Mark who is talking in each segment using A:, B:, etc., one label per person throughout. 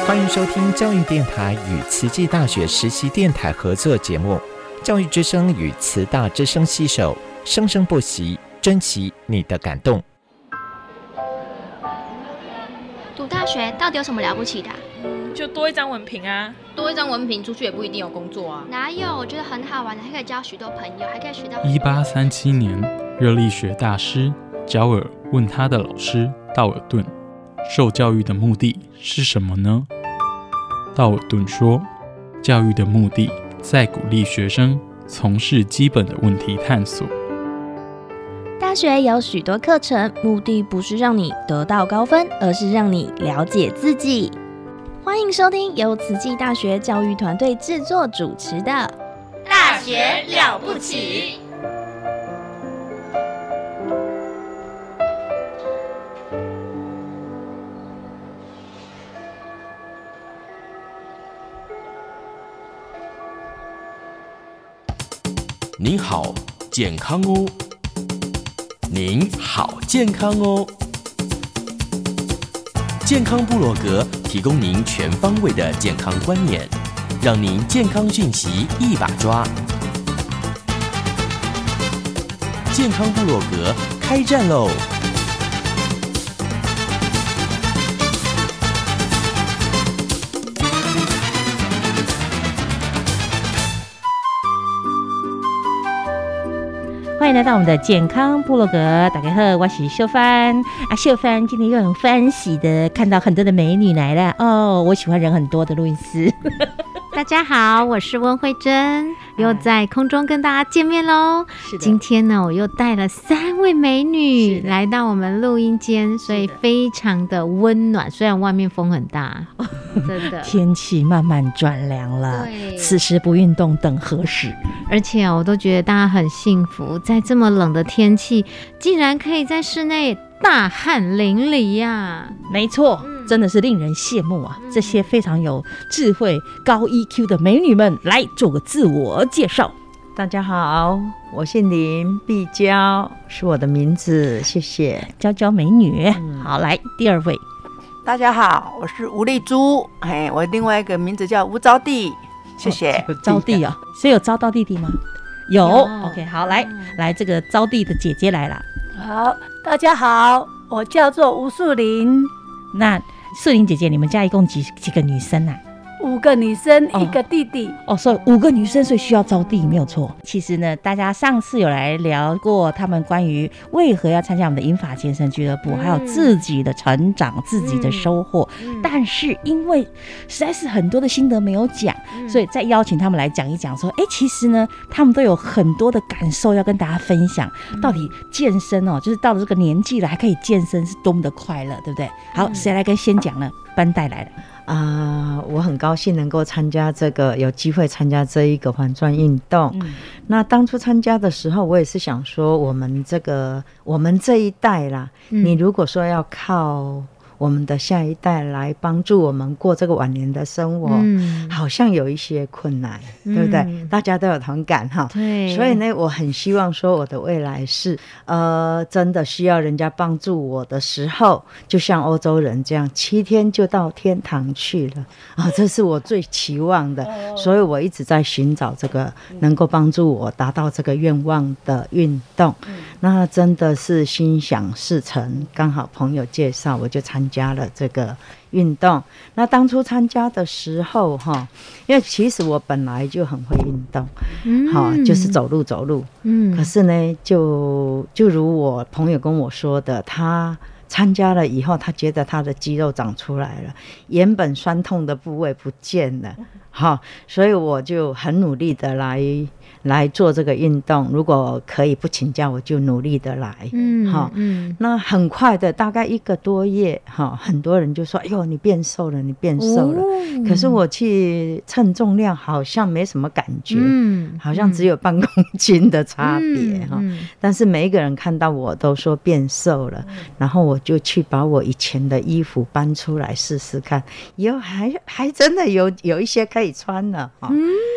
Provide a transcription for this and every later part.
A: 欢迎收听教育电台与慈济大学实习电台合作节目《教育之声》与慈大之声携手，生生不息，珍惜你的感动。
B: 读大学到底有什么了不起的
C: 就多一张文凭啊。
D: 多一张文凭出去也不一定有工作啊。
B: 哪有？我觉得很好玩的，还可以交许多朋友，还可以学到。
E: 1837年，热力学大师焦耳问他的老师道尔顿，受教育的目的是什么呢？道尔顿说，教育的目的在鼓励学生从事基本的问题探索。
F: 大学有许多课程，目的不是让你得到高分，而是让你了解自己。欢迎收听由慈济大学教育团队制作主持的《
D: 大学了不起》。
G: 您好，健康哦！您好，健康哦！健康部落格提供您全方位的健康观念，让您健康讯息一把抓。健康部落格开战喽！
H: 欢迎来到我们的健康部落格，大家好，我是秀帆秀帆今天又很欢喜的看到很多的美女来了哦，我喜欢人很多的录音室。
I: 大家好，我是温慧珍，又在空中跟大家见面喽。今天呢，我又带了3位美女来到我们录音间，所以非常的温暖。虽然外面风很大，真的
H: 天气慢慢转凉了，此时不运动等何时？
I: 而且我都觉得大家很幸福，在这么冷的天气，竟然可以在室内大汗淋漓呀！
H: 没错，真的是令人羡慕啊！这些非常有智慧、高 EQ 的美女们，来做个自我介绍。
J: 大家好，我姓林，碧娇是我的名字，谢谢。
H: 娇娇美女，好，来第2位。
K: 大家好，我是吴丽珠，我另外一个名字叫吴招娣，谢谢。
H: 招娣啊，所以有招到弟弟吗？有 OK， 好，来这个招娣的姐姐来了。
L: 好，大家好，我叫做吴素玲。
H: 那素玲姐姐，你们家一共几个女生啊
L: ？5个女生，1个弟弟。
H: 所以5个女生，所以需要招娣，没有错。其实呢，大家上次有来聊过他们关于为何要参加我们的英法健身俱乐部，还有自己的成长、自己的收获。但是因为实在是很多的心得没有讲，所以再邀请他们来讲一讲，说，其实呢，他们都有很多的感受要跟大家分享。到底健身就是到了这个年纪了，还可以健身，是多么的快乐，对不对？好，谁来跟先讲呢？班带来了。
J: 我很高兴能够参加有机会参加这一个环转运动。那当初参加的时候，我也是想说，我们这一代啦，你如果说要靠我们的下一代来帮助我们过这个晚年的生活，好像有一些困难，对不对？大家都有同感哈。对，所以呢，我很希望说我的未来是真的需要人家帮助我的时候，就像欧洲人这样7天就到天堂去了这是我最期望的。所以我一直在寻找这个能够帮助我达到这个愿望的运动。那真的是心想事成，刚好朋友介绍，我就参加了这个运动。那当初参加的时候因为其实我本来就很会运动，就是走路可是呢就如我朋友跟我说的，他参加了以后，他觉得他的肌肉长出来了，原本酸痛的部位不见了所以我就很努力的来做这个运动，如果可以不请假，我就努力的来。那很快的，大概1个多月，很多人就说：“哎呦，你变瘦了，你变瘦了。”可是我去称重量，好像没什么感觉，好像只有半公斤的差别但是每一个人看到我都说变瘦了，然后我就去把我以前的衣服搬出来试试看，以后还真的有一些可以穿了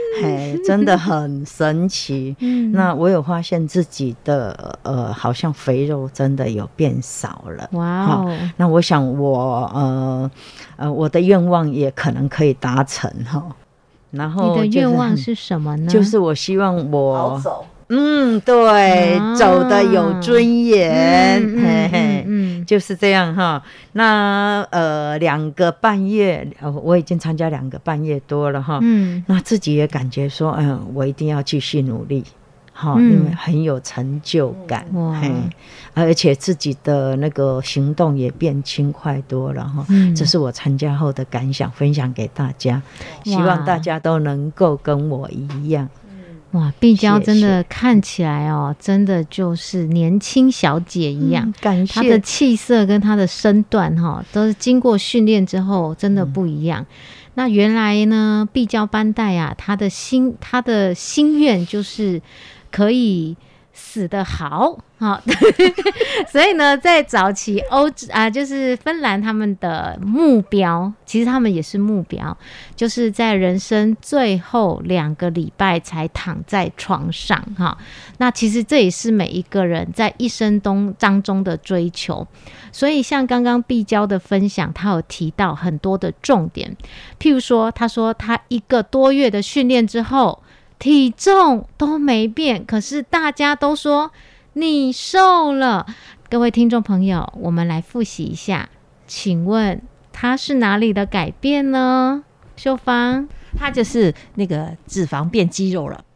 J: 真的很神奇。那我有发现自己的好像肥肉真的有变少了。
I: 哇哦！
J: 那我想我的愿望也可能可以达成哈。然后
I: 你的愿望是什么呢？
J: 就是我希望我好走。对，走的有尊严，就是这样哈。那2个半月，我已经参加2个半月多了哈。那自己也感觉说，我一定要继续努力，因为很有成就感，而且自己的那个行动也变轻快多了哈。这是我参加后的感想，分享给大家，希望大家都能够跟我一样。
I: 哇，碧娇真的看起来真的就是年轻小姐一样，
J: 感谢。
I: 她的气色跟她的身段都是经过训练之后真的不一样。那原来呢，碧娇班代啊，她的心愿就是可以死得好，所以呢，在早期就是芬兰他们的目标，其实他们也是目标，就是在人生最后2个礼拜才躺在床上哈。那其实这也是每一个人在一生当中的追求。所以像刚刚碧娇的分享，她有提到很多的重点，譬如说，她说她1个多月的训练之后，体重都没变，可是大家都说你瘦了。各位听众朋友，我们来复习一下，请问它是哪里的改变呢？秀芳，
H: 它就是那个脂肪变肌肉了。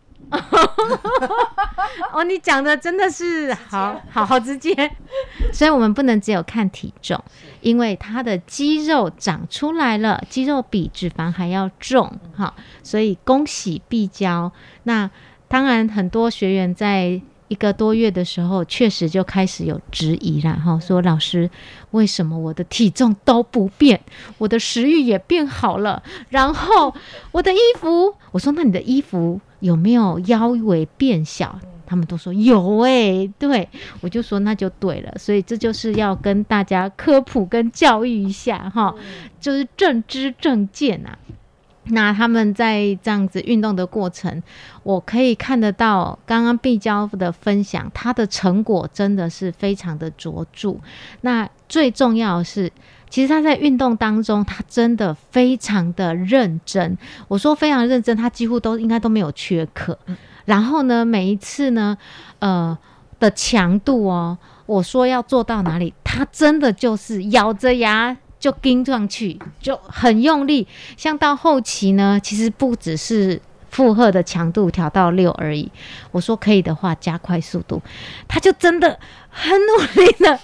I: 你讲的真的是好直接。所以我们不能只有看体重，因为它的肌肉长出来了，肌肉比脂肪还要重，所以恭喜碧娇。那当然很多学员在1个多月的时候确实就开始有质疑啦，说老师，为什么我的体重都不变，我的食欲也变好了，然后我的衣服，我说那你的衣服有没有腰围变小？他们都说有对，我就说那就对了。所以这就是要跟大家科普跟教育一下就是正知正见啊。那他们在这样子运动的过程，我可以看得到刚刚碧娇的分享，他的成果真的是非常的卓著。那最重要的是，其实他在运动当中，他真的非常的认真。我说非常认真，他几乎应该都没有缺课。然后呢，每一次呢的强度我说要做到哪里，他真的就是咬着牙就跟上去，就很用力。像到后期呢，其实不只是负荷的强度调到6而已，我说可以的话加快速度，他就真的很努力的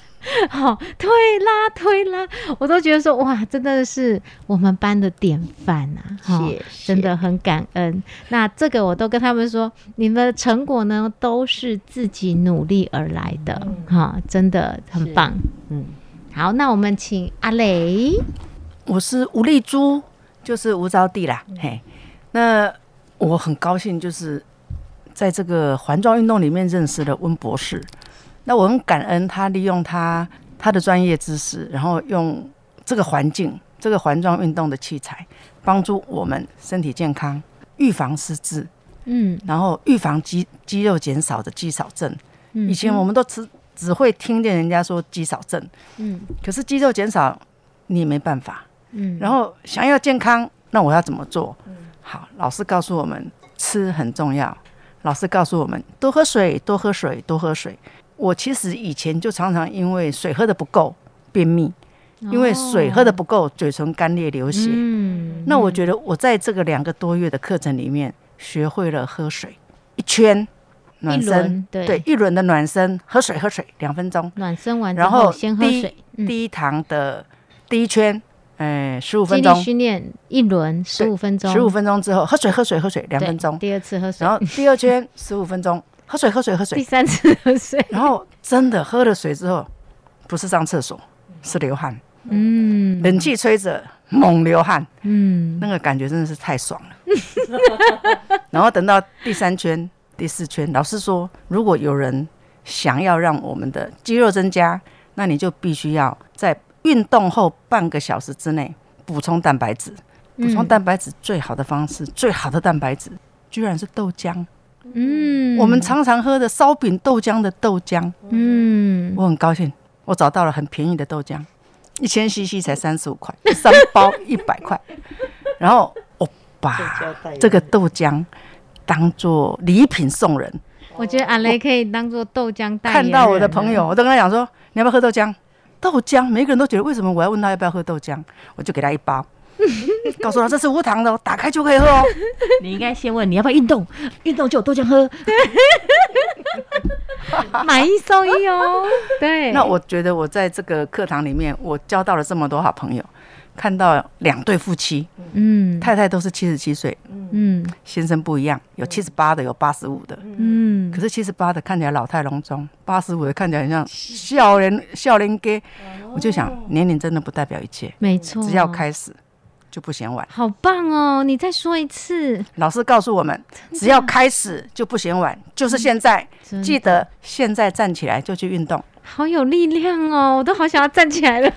I: 推拉，我都觉得说哇，真的是我们班的典范啊！真的很感恩。那这个我都跟他们说，你们的成果呢都是自己努力而来的，真的很棒。好，那我们请阿蕾。
K: 我是吴丽珠，就是吴招娣啦。那我很高兴，就是在这个环状运动里面认识了温博士。那我很感恩他利用他的专业知识，然后用这个环境、这个环状运动的器材，帮助我们身体健康，预防失智，然后预防肌肉减少的肌少症。以前我们都只会听见人家说肌少症，可是肌肉减少你也没办法，然后想要健康，那我要怎么做？好，老师告诉我们吃很重要，老师告诉我们多喝水，多喝水，多喝水。我其实以前就常常因为水喝的不够便秘，因为水喝的不够嘴唇干裂流血。那我觉得我在这个2个多月的课程里面学会了喝水，1圈暖身，对，1轮的暖身，喝水2分钟，
I: 暖身完之后先喝水。
K: 第一堂的第1圈15分钟，
I: 肌力训练1轮15分钟
K: ，15分钟之后喝水2分钟，
I: 第2次喝水，
K: 然后第2圈15分钟，喝水，
I: 第3次喝水，
K: 然后真的喝了水之后，不是上厕所，是流汗，冷气吹着猛流汗，那个感觉真的是太爽了。然后等到第3圈、第4圈，老师说，如果有人想要让我们的肌肉增加，那你就必须要在运动后半个小时之内补充蛋白质。补充蛋白质最好的方式，最好的蛋白质居然是豆浆。我们常常喝的烧饼豆浆的豆浆。我很高兴，我找到了很便宜的豆浆，1000cc 才35块，3包100块。然后我把这个豆浆当做礼品送人。
I: 我觉得阿雷可以当做豆浆代言人。
K: 看到我的朋友，我都跟他讲说，你要不要喝豆浆？豆浆，每个人都觉得为什么我要问他要不要喝豆浆，我就给他1包。告诉他这是无糖的，打开就可以喝哦。
H: 你应该先问你要不要运动，运动就有豆浆喝。
I: 买1送1哦。对。
K: 那我觉得我在这个课堂里面，我交到了这么多好朋友，看到2对夫妻，太太都是77岁，先生不一样，有78的，有85的，可是78的看起来老态龙钟，85的看起来很像少年家。我就想，年龄真的不代表一切，
I: 没错，
K: 只要开始。就不嫌晚。
I: 好棒哦！你再说一次。
K: 老师告诉我们，只要开始就不嫌晚，就是现在。记得现在站起来就去运动。
I: 好有力量哦！我都好想要站起来了。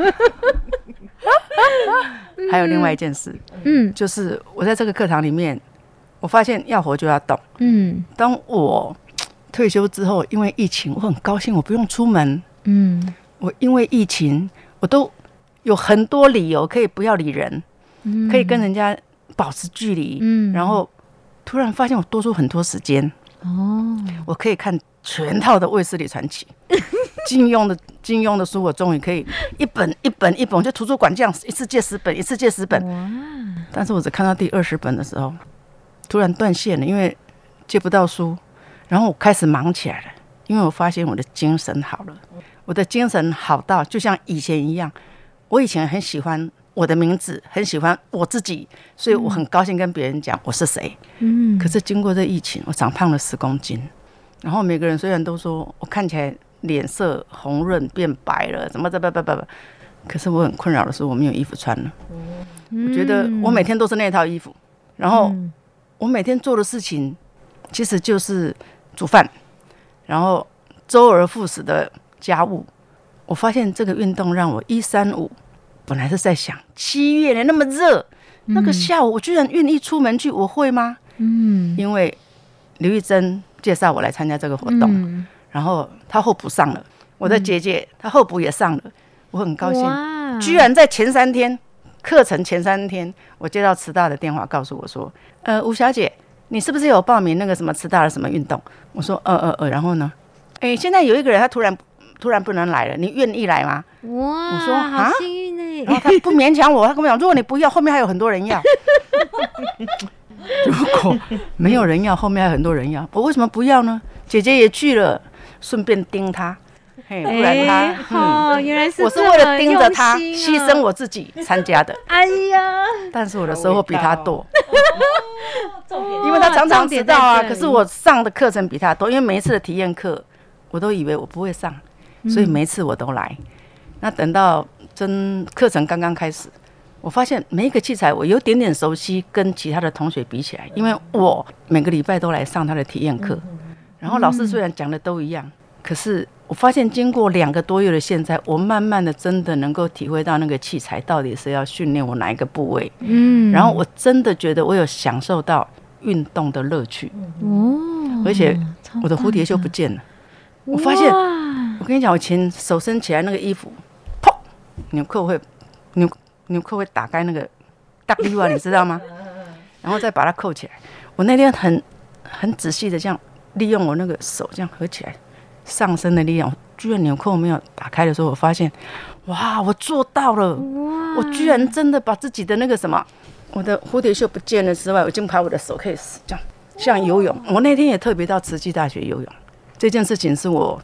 K: 还有另外一件事，就是我在这个课堂里面，我发现要活就要动。当我退休之后，因为疫情，我很高兴，我不用出门。我因为疫情，我都有很多理由可以不要理人。可以跟人家保持距离，然后突然发现我多出很多时间。我可以看全套的《卫斯理传奇》，金庸的书，我终于可以一本，就图书馆这样一次借10本，一次借10本。但是我只看到第20本的时候，突然断线了，因为借不到书。然后我开始忙起来了，因为我发现我的精神好了，我的精神好到就像以前一样。我以前很喜欢我的名字，很喜欢我自己，所以我很高兴跟别人讲我是谁。可是经过这疫情，我长胖了10公斤。然后每个人虽然都说我看起来脸色红润变白了，怎么可是我很困扰的是我没有衣服穿了。我觉得我每天都是那套衣服，然后我每天做的事情其实就是煮饭，然后周而复始的家务。我发现这个运动让我135。本来是在想7月呢那么热，那个下午我居然愿意出门去，我会吗？因为刘玉珍介绍我来参加这个活动，然后她候补上了，我的姐姐她候补也上了，我很高兴。居然在前3天课程前3天，我接到慈大的电话告诉我说，吴小姐，你是不是有报名那个什么慈大的什么运动？我说然后呢？现在有一个人他突然不能来了，你愿意来吗？
I: 哇，
K: 我说
I: 好幸运呢。
K: 然后他不勉强我，他跟我讲，如果你不要，后面还有很多人要。如果没有人要，后面还有很多人要，我为什么不要呢？姐姐也去了，顺便盯他，不然他，
I: 原来是
K: 我是为了盯着他，牺牲我自己参加的。
I: 哎呀，
K: 但是我的收获比他多。因为他常常迟到啊，可是我上的课程比他多，因为每一次的体验课，我都以为我不会上。所以每一次我都来。那等到真课程刚刚开始，我发现每一个器材我有点熟悉，跟其他的同学比起来，因为我每个礼拜都来上他的体验课，然后老师虽然讲的都一样，可是我发现经过2个多月的现在，我慢慢的真的能够体会到那个器材到底是要训练我哪一个部位。然后我真的觉得我有享受到运动的乐趣。而且我的蝴蝶袖不见了。我发现，我跟你讲，我前手伸起来那个衣服，砰，纽扣会打开那个大力啊，你知道吗？然后再把它扣起来。我那天很仔细的这样利用我那个手这样合起来，上身的力量，居然纽扣没有打开的时候，我发现，哇，我做到了！我居然真的把自己的那个什么，我的蝴蝶袖不见了之外，我已经把我的手可以这样像游泳。我那天也特别到慈济大学游泳。这件事情是我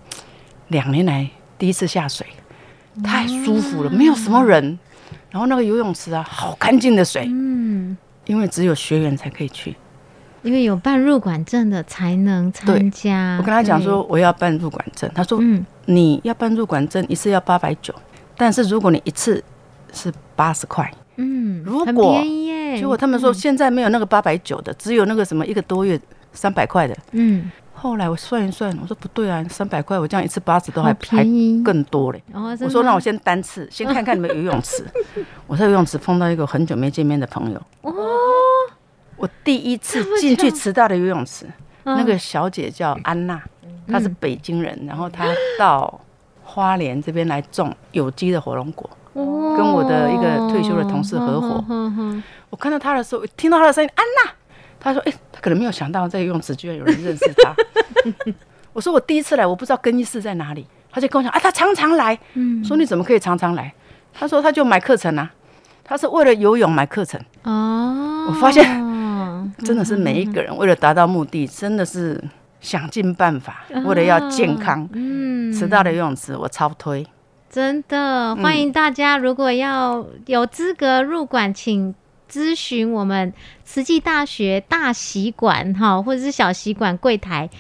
K: 2年来第一次下水，太舒服了，没有什么人，然后那个游泳池啊，好干净的水，因为只有学员才可以去，
I: 因为有办入馆证的才能参加。
K: 我跟他讲说我要办入馆证，他说你要办入馆证一次要890，但是如果你一次是80块，如果
I: 很便宜耶。
K: 结果他们说现在没有那个890的，只有那个什么1个多月300块的，后来我算一算，我说不对啊，300块，我这样一次80都还更多嘞。我说那我先单次，先看看你们游泳池。我在游泳池碰到一个很久没见面的朋友， 我第一次进去慈大的游泳池，那个小姐叫安娜，她是北京人，然后她到花莲这边来种有机的火龙果，跟我的一个退休的同事合伙。我看到她的时候，听到她的声音，安娜，她说：“她可能没有想到在游泳池居然有人认识她。”我说：“我第一次来，我不知道更衣室在哪里。”她就跟我讲：“她常常来。”说：“你怎么可以常常来？”她说：“她就买课程啊，她是为了游泳买课程。”我发现真的是每一个人为了达到目的，真的是想尽办法，为了要健康。慈大的游泳池我超推，
I: 真的欢迎大家，如果要有资格入馆，请咨询我们慈济大学大习馆或者是小习馆柜台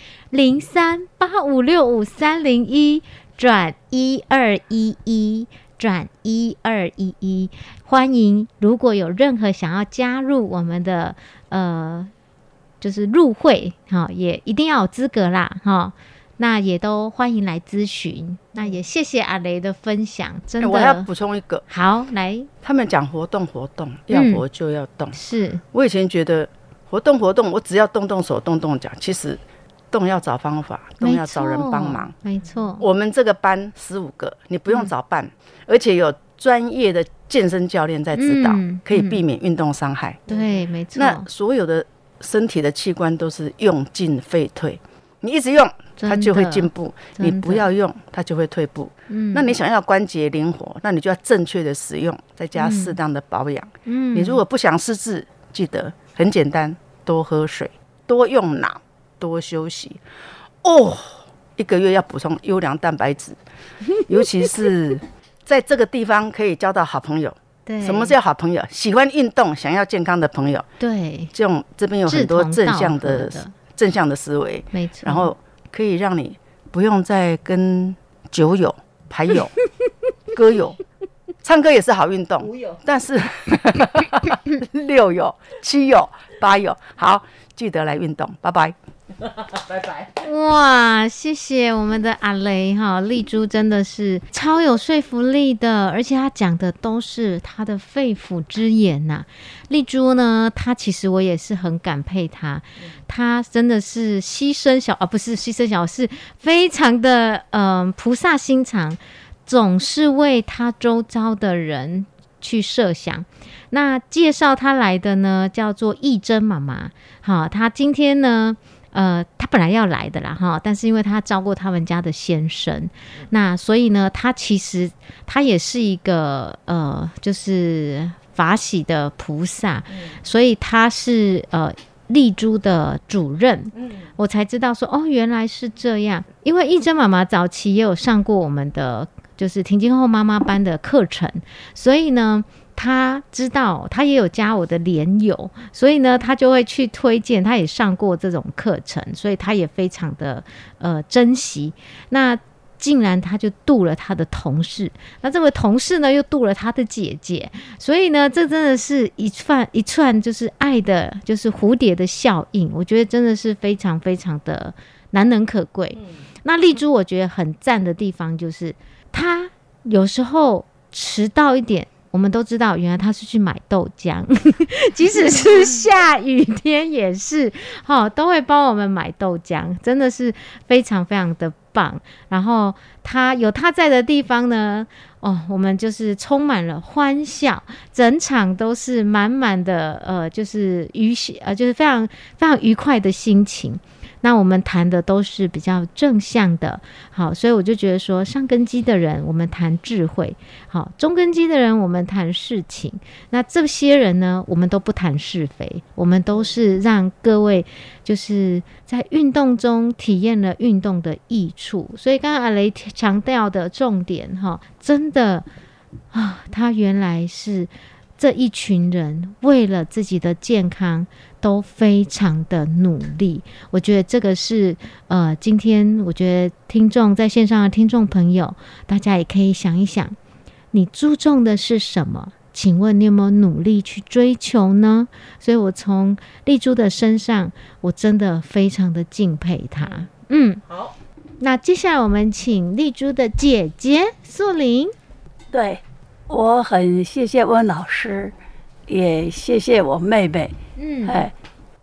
I: 0385653011-1211，欢迎，如果有任何想要加入我们的就是入会也一定要有资格啦那也都欢迎来咨询。那也谢谢阿雷的分享，真的。
K: 我要补充一个，
I: 好，来，
K: 他们讲活动，要活就要动。
I: 是
K: 我以前觉得活动，我只要动动手，动动脚，其实动要找方法，动要找人帮忙。
I: 没错，
K: 我们这个班15个，你不用找伴，而且有专业的健身教练在指导，可以避免运动伤害。
I: 对，没错。
K: 那所有的身体的器官都是用进废退，你一直用它就会进步，你不要用它就会退步。那你想要关节灵活，那你就要正确的使用，再加适当的保养。你如果不想失智，记得很简单，多喝水，多用脑，多休息。1个月要补充优良蛋白质，尤其是在这个地方可以交到好朋友。
I: 对，
K: 什么叫好朋友？喜欢运动、想要健康的朋友。
I: 对，
K: 这边有很多正向的思维，
I: 没错。
K: 然后可以让你不用再跟酒友、牌友、歌友，唱歌也是好运动，但是6友、7友、8友，好，记得来运动，拜拜。拜拜！
I: 哇，谢谢我们的阿雷丽珠，真的是超有说服力的，而且他讲的都是他的肺腑之言呐。丽珠呢，她其实我也是很感佩她，她真的是不是牺牲小，是非常的菩萨心肠，总是为他周遭的人去设想。那介绍她来的呢，叫做义珍妈妈。她今天呢。他本来要来的啦但是因为他照顾他们家的先生，那所以呢，他也是一个就是法喜的菩萨，所以他是丽珠的主任。我才知道说原来是这样，因为义珍妈妈早期也有上过我们的就是停经后妈妈班的课程，所以呢。他知道，他也有加我的连友，所以呢，他就会去推荐。他也上过这种课程，所以他也非常的珍惜。那竟然他就度了他的同事，那这位同事呢又度了他的姐姐，所以呢，这真的是一串就是爱的，就是蝴蝶的效应。我觉得真的是非常非常的难能可贵。那丽珠我觉得很赞的地方就是，他有时候迟到一点。我们都知道，原来他是去买豆浆，即使是下雨天也是，都会帮我们买豆浆，真的是非常非常的棒。然后他在的地方呢，我们就是充满了欢笑，整场都是满满的就是就是非常非常愉快的心情。那我们谈的都是比较正向的，好，所以我就觉得说，上根基的人我们谈智慧，好，中根基的人我们谈事情，那这些人呢，我们都不谈是非，我们都是让各位就是在运动中体验了运动的益处。所以刚刚阿雷强调的重点真的他原来是这一群人为了自己的健康都非常的努力。我觉得这个是今天我觉得在线上的听众朋友，大家也可以想一想，你注重的是什么？请问你有没有努力去追求呢？所以我从丽珠的身上，我真的非常的敬佩她。好，那接下来我们请丽珠的姐姐素玲。
L: 对，我很谢谢温老师，也谢谢我妹妹。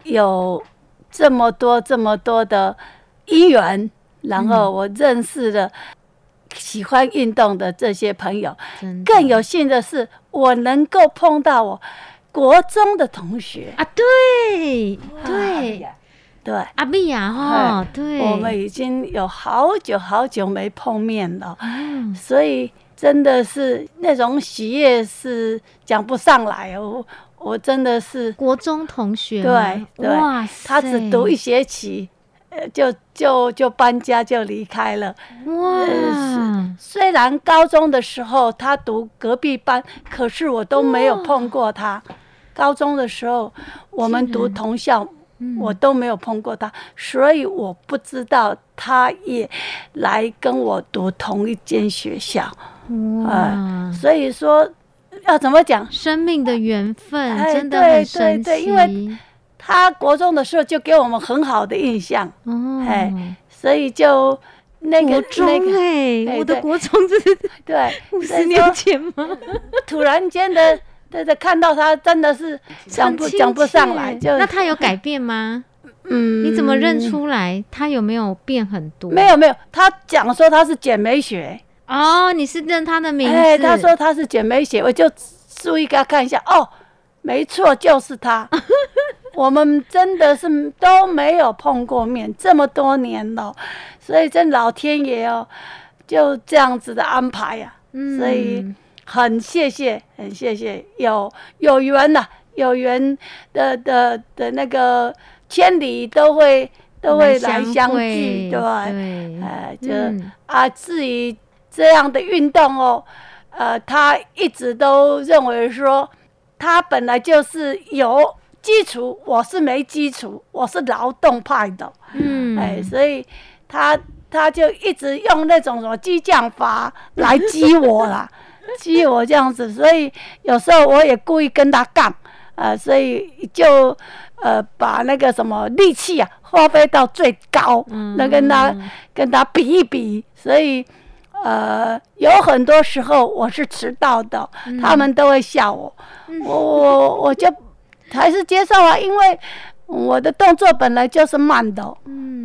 L: 有这么多的因缘，然后我认识了喜欢运动的这些朋友。更有幸的是，我能够碰到我国中的同学
I: 啊，对对
L: 对，
I: 阿碧呀哈，对，
L: 我们已经有好久没碰面了，所以真的是那种喜悦是讲不上来哦。我真的是
I: 国中同学，
L: 对，
I: 哇塞，
L: 他只读1学期，就搬家就离开了。
I: 哇，
L: 虽然高中的时候他读隔壁班，可是我都没有碰过他。高中的时候我们读同校，我都没有碰过他，所以我不知道他也来跟我读同一间学校。所以说要怎么讲，
I: 生命的缘分真的很神奇。
L: 对，因为他国中的时候就给我们很好的印象，所以就那个
I: 国中我的国中这是
L: 对
I: 50年前吗？
L: 突然间的。对，看到他真的是讲不上来。
I: 那他有改变吗？你怎么认出来？他有没有变很多？
L: 没有，他讲说他是简美雪。
I: 哦，你是认他的名字？
L: 他说他是简美雪，我就注意给他看一下。哦，没错，就是他。我们真的是都没有碰过面，这么多年了，所以真老天爷哦，就这样子的安排呀。所以。很谢谢有缘呐，有缘的那个千里都会来相聚，对，至于这样的运动哦，他一直都认为说，他本来就是有基础，我是没基础，我是劳动派的，所以他就一直用那种什么激将法来激我啦。激我这样子，所以有时候我也故意跟他杠，所以就把那个什么力气啊发挥到最高，那跟他比一比，所以有很多时候我是迟到的，他们都会笑我，我就还是接受啊，因为我的动作本来就是慢的，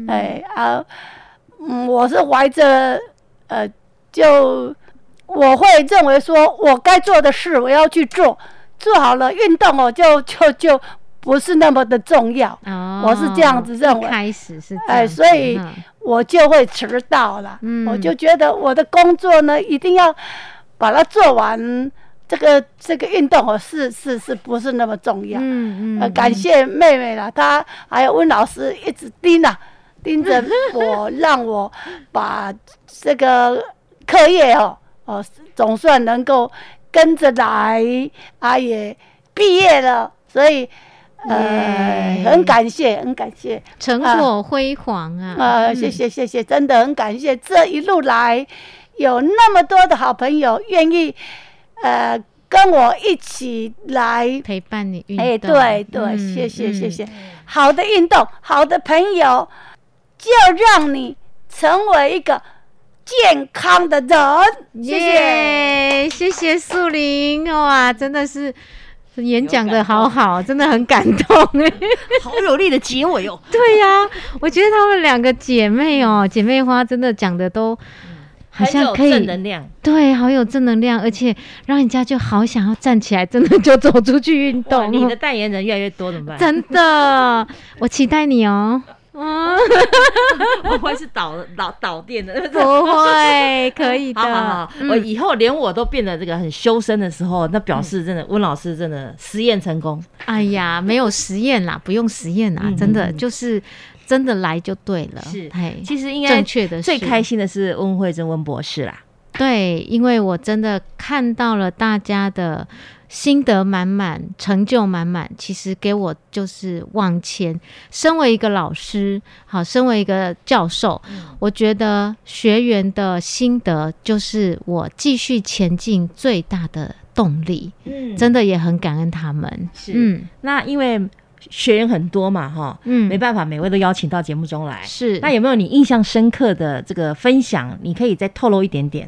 L: 我是怀着就。我会认为说，我该做的事我要去做，做好了运动哦，就不是那么的重要。我是这样子认为。
I: 开始是这样子，
L: 所以我就会迟到了。我就觉得我的工作呢，一定要把它做完。这个运动哦，是不是那么重要？感谢妹妹啦，她还有温老师一直盯着我，让我把这个课业哦。总算能够跟着来，也毕业了，所以很感谢，
I: 成果辉煌啊！
L: 谢谢，真的很感谢，这一路来有那么多的好朋友愿意跟我一起来
I: 陪伴你运动。
L: 对，谢谢，好的运动，好的朋友，就让你成为一个。健康的人，
I: 谢谢素玲，哇，真的是演讲的好，真的很感动
H: 好有力的结尾哦。
I: 对呀，我觉得她们2个姐妹哦，姐妹花真的讲的都好像可以
H: 正能量，
I: 对，好有正能量，而且让人家就好想要站起来，真的就走出去运动。
H: 你的代言人越来越多怎么办？
I: 真的，我期待你哦。
H: 我会是导电的，
I: 不会，可以的。
H: 好，我以后连我都变得这个很修身的时候，那表示真的温老师真的实验成功。
I: 哎呀，没有实验啦，不用实验啦，真的就是真的来就对了。
H: 是，其实应该
I: 正确的，
H: 最开心的是温慧珍温博士啦。
I: 对，因为我真的看到了大家的心得满满，成就满满，其实给我就是往前。身为一个老师，好，身为一个教授，我觉得学员的心得就是我继续前进最大的动力。真的也很感恩他们。
H: 那因为学员很多嘛，没办法每位都邀请到节目中来。
I: 是，
H: 那有没有你印象深刻的这个分享？你可以再透露一点点。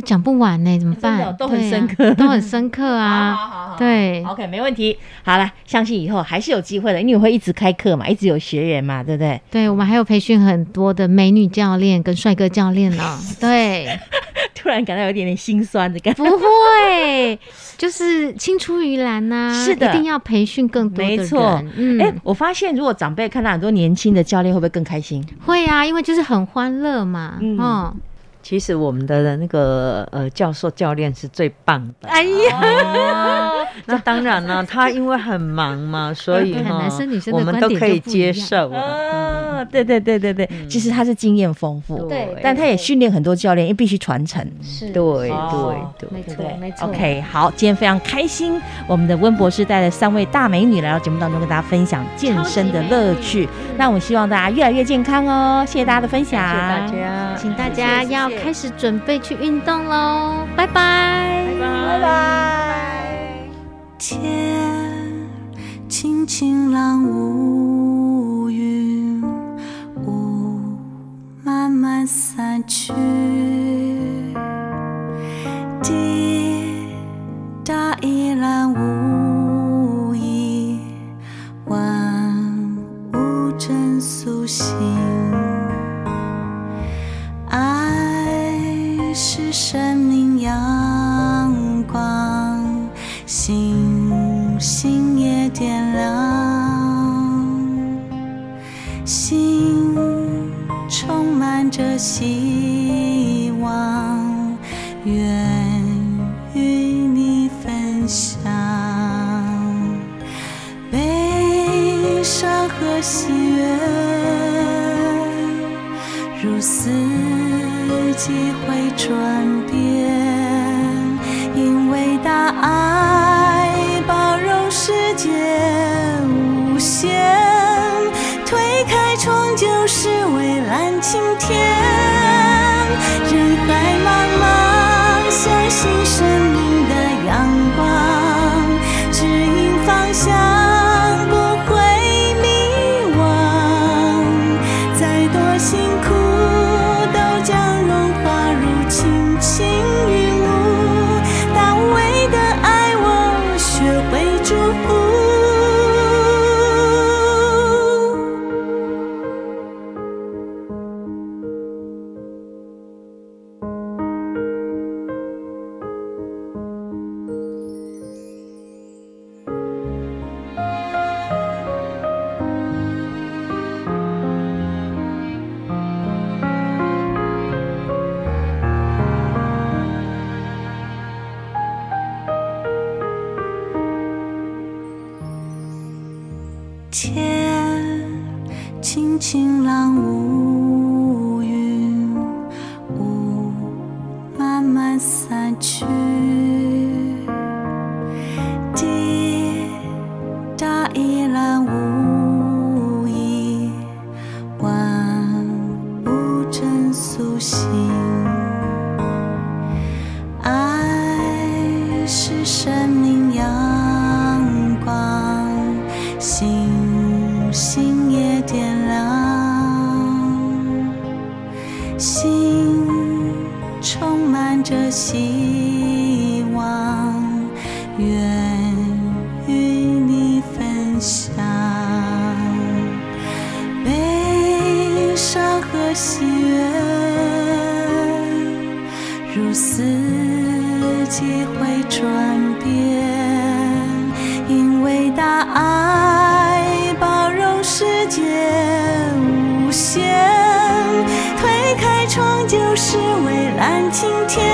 I: 讲不完呢，怎么办？
H: 都很深刻，
I: 都很深刻啊。
H: 好，
I: 对
H: ，OK， 没问题。好了，相信以后还是有机会的，因为你会一直开课嘛，一直有学员嘛，对不对？
I: 对，我们还有培训很多的美女教练跟帅哥教练呢。对，
H: 突然感到有一点点心酸的感觉。
I: 不会，就是青出于蓝呐。
H: 是的，
I: 一定要培训更多的人。
H: 没错，我发现如果长辈看到很多年轻的教练，会不会更开心？
I: 会啊，因为就是很欢乐嘛。
J: 其实我们的那个教授教练是最棒的。
I: 哎呀，
J: 那当然了，他因为很忙嘛，所以
I: 男生女生的
J: 我们都可以接受。
H: 对，其实他是经验丰富，
I: 对，
H: 但他也训练很多教练，因为必须传承。
I: 是，
J: 对，
H: 没错。OK， 好，今天非常开心，我们的温博士带了3位大美女来到节目当中，跟大家分享健身的乐趣。那我希望大家越来越健康哦，谢谢大家的分享，
J: 谢谢大家，
I: 请大家要开始准备去运动喽，拜拜，
L: 拜拜。
M: 天轻晴朗无云，雾慢慢散去，地大依然无意，万物正苏醒。爱是生命阳光，星星也点亮，心充满着希望，愿与你分享悲伤和喜悦，如四季会转变，因为大爱包容世界无限，推开窗就是蔚蓝晴天。人海茫茫，相信生命的阳光，指引方向，不会迷惘。再多辛苦都将融化入轻轻云雾，大伟的爱我学会祝福。天轻晴朗无云，雾慢慢散去，地大依然无意，万物正苏醒。爱是生命阳光，星星也点亮，心充满着希望，愿与你分享悲伤和喜悦，如四季会转变，因为大爱包容世界无限，推开窗就是蔚蓝晴天。